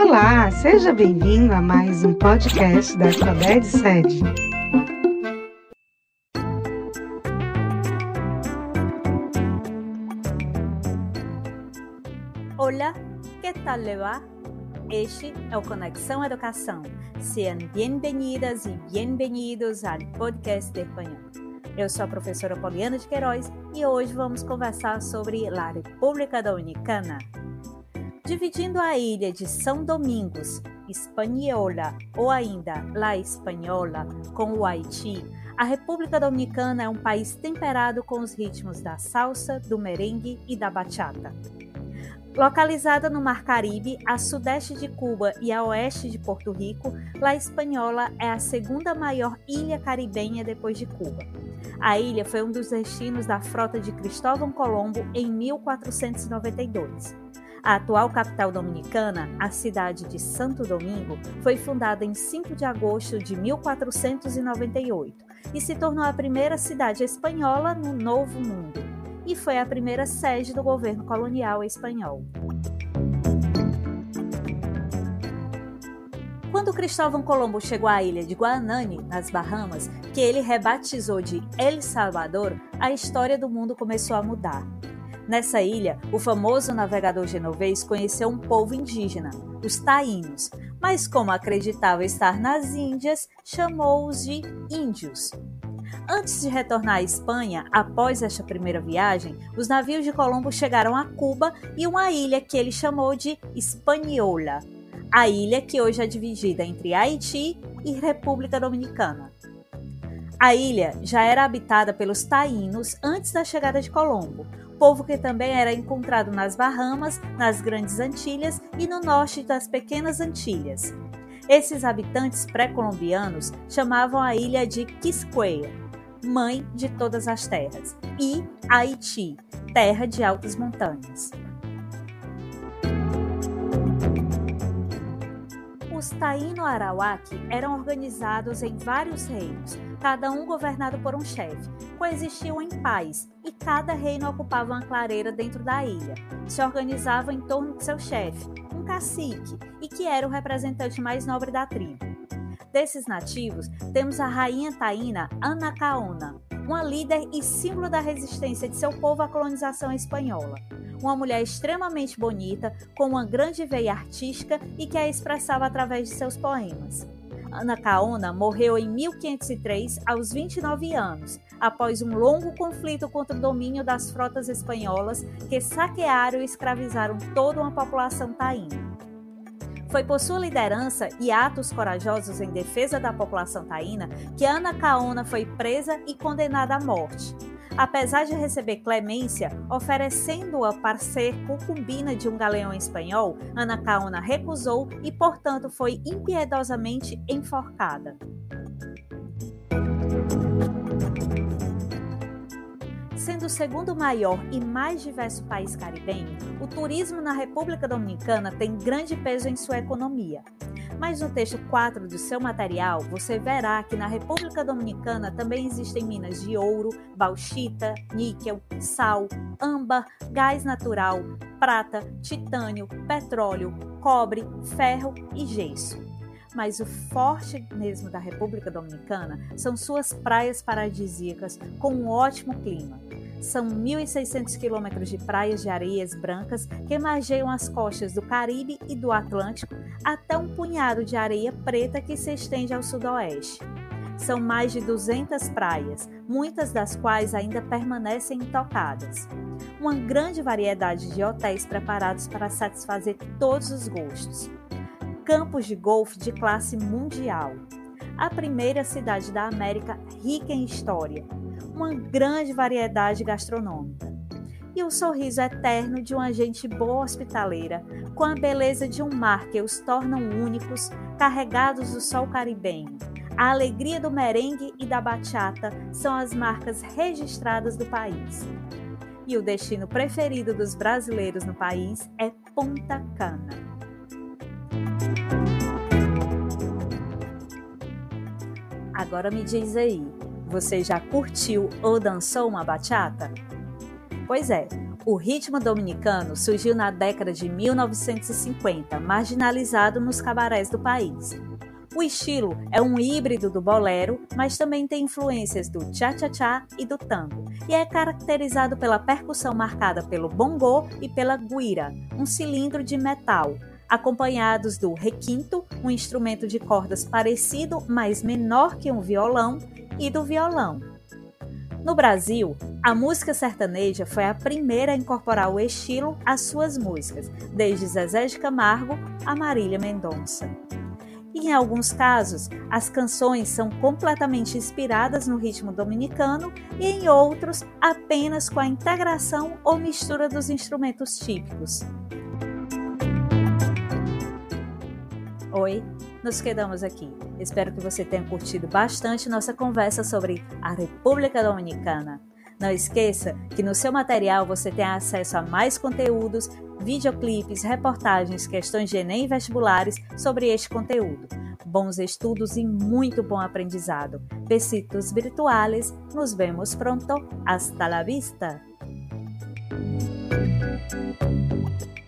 Olá, seja bem-vindo a mais um podcast da Alphabet Sede. Hola, ¿qué tal le va? Este é o Conexão Educação. Sean bienvenidas e bienvenidos ao podcast de espanhol. Eu sou a professora Poliana de Queiroz e hoje vamos conversar sobre a República Dominicana. Dividindo a ilha de São Domingos, Hispaniola ou ainda La Espanhola com o Haiti, a República Dominicana é um país temperado com os ritmos da salsa, do merengue e da bachata. Localizada no Mar Caribe, a sudeste de Cuba e a oeste de Porto Rico, La Espanhola é a segunda maior ilha caribenha depois de Cuba. A ilha foi um dos destinos da frota de Cristóvão Colombo em 1492. A atual capital dominicana, a cidade de Santo Domingo, foi fundada em 5 de agosto de 1498 e se tornou a primeira cidade espanhola no Novo Mundo. E foi a primeira sede do governo colonial espanhol. Quando Cristóvão Colombo chegou à ilha de Guanani, nas Bahamas, que ele rebatizou de El Salvador, a história do mundo começou a mudar. Nessa ilha, o famoso navegador genovês conheceu um povo indígena, os taínos, mas como acreditava estar nas Índias, chamou-os de índios. Antes de retornar à Espanha, após esta primeira viagem, os navios de Colombo chegaram a Cuba e uma ilha que ele chamou de Hispaniola, a ilha que hoje é dividida entre Haiti e República Dominicana. A ilha já era habitada pelos taínos antes da chegada de Colombo, povo que também era encontrado nas Bahamas, nas Grandes Antilhas e no norte das Pequenas Antilhas. Esses habitantes pré-colombianos chamavam a ilha de Quisqueya, mãe de todas as terras, e Haiti, terra de altas montanhas. Os Taíno-Arawak eram organizados em vários reinos, cada um governado por um chefe. Coexistiam em paz e cada reino ocupava uma clareira dentro da ilha. Se organizavam em torno de seu chefe, um cacique, e que era o representante mais nobre da tribo. Desses nativos, temos a rainha taína Anacaona, uma líder e símbolo da resistência de seu povo à colonização espanhola. Uma mulher extremamente bonita, com uma grande veia artística e que a expressava através de seus poemas. Anacaona morreu em 1503, aos 29 anos, após um longo conflito contra o domínio das frotas espanholas que saquearam e escravizaram toda uma população taína. Foi por sua liderança e atos corajosos em defesa da população taína que Anacaona foi presa e condenada à morte. Apesar de receber clemência, oferecendo-a para ser concubina de um galeão espanhol, Anacaona recusou e, portanto, foi impiedosamente enforcada. Sendo o segundo maior e mais diverso país caribenho, o turismo na República Dominicana tem grande peso em sua economia. Mas no texto 4 do seu material, você verá que na República Dominicana também existem minas de ouro, bauxita, níquel, sal, âmbar, gás natural, prata, titânio, petróleo, cobre, ferro e gesso. Mas o forte mesmo da República Dominicana são suas praias paradisíacas com um ótimo clima. São 1.600 quilômetros de praias de areias brancas que margeiam as costas do Caribe e do Atlântico até um punhado de areia preta que se estende ao sudoeste. São mais de 200 praias, muitas das quais ainda permanecem intocadas. Uma grande variedade de hotéis preparados para satisfazer todos os gostos. Campos de golfe de classe mundial. A primeira cidade da América rica em história. Uma grande variedade gastronômica. E o sorriso eterno de uma gente boa hospitaleira, com a beleza de um mar que os tornam únicos, carregados do sol caribenho. A alegria do merengue e da bachata são as marcas registradas do país. E o destino preferido dos brasileiros no país é Punta Cana. Agora me diz aí, você já curtiu ou dançou uma bachata? Pois é, O ritmo dominicano surgiu na década de 1950, marginalizado nos cabarés do país. O estilo é um híbrido do bolero, mas também tem influências do cha-cha-cha e do tango, e é caracterizado pela percussão marcada pelo bongô e pela guira, um cilindro de metal, acompanhados do requinto, um instrumento de cordas parecido, mas menor que um violão, e do violão. No Brasil, a música sertaneja foi a primeira a incorporar o estilo às suas músicas, desde Zezé de Camargo a Marília Mendonça. E em alguns casos, as canções são completamente inspiradas no ritmo dominicano e em outros, apenas com a integração ou mistura dos instrumentos típicos. Oi, nos quedamos aqui. Espero que você tenha curtido bastante nossa conversa sobre a República Dominicana. Não esqueça que no seu material você tem acesso a mais conteúdos, videoclipes, reportagens, questões de Enem e vestibulares sobre este conteúdo. Bons estudos e muito bom aprendizado. Besitos virtuales. Nos vemos pronto. Hasta la vista.